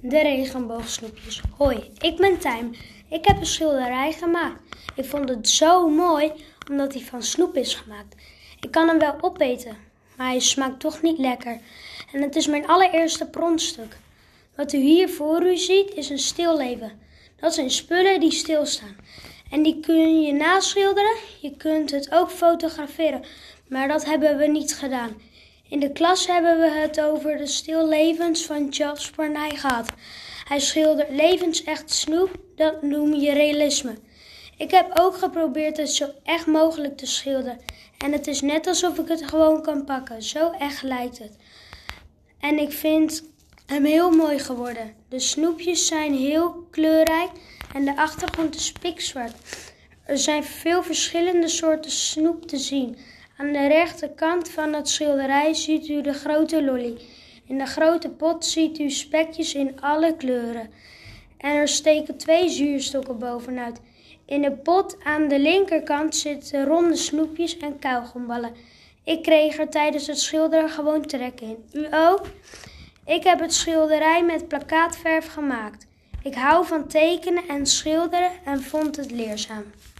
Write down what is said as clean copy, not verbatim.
De regenboogsnoepjes. Hoi, ik ben Tijm. Ik heb een schilderij gemaakt. Ik vond het zo mooi omdat hij van snoep is gemaakt. Ik kan hem wel opeten, maar hij smaakt toch niet lekker. En het is mijn allereerste pronkstuk. Wat u hier voor u ziet is een stilleven. Dat zijn spullen die stilstaan. En die kun je naschilderen. Je kunt het ook fotograferen, maar dat hebben we niet gedaan. In de klas hebben we het over de stillevens van Jasper Nij gehad. Hij schildert levensecht snoep, dat noem je realisme. Ik heb ook geprobeerd het zo echt mogelijk te schilderen. En het is net alsof ik het gewoon kan pakken, zo echt lijkt het. En ik vind hem heel mooi geworden. De snoepjes zijn heel kleurrijk en de achtergrond is pikzwart. Er zijn veel verschillende soorten snoep te zien. Aan de rechterkant van het schilderij ziet u de grote lolly. In de grote pot ziet u spekjes in alle kleuren. En er steken 2 zuurstokken bovenuit. In de pot aan de linkerkant zitten ronde snoepjes en kauwgomballen. Ik kreeg er tijdens het schilderen gewoon trek in. U ook? Ik heb het schilderij met plakkaatverf gemaakt. Ik hou van tekenen en schilderen en vond het leerzaam.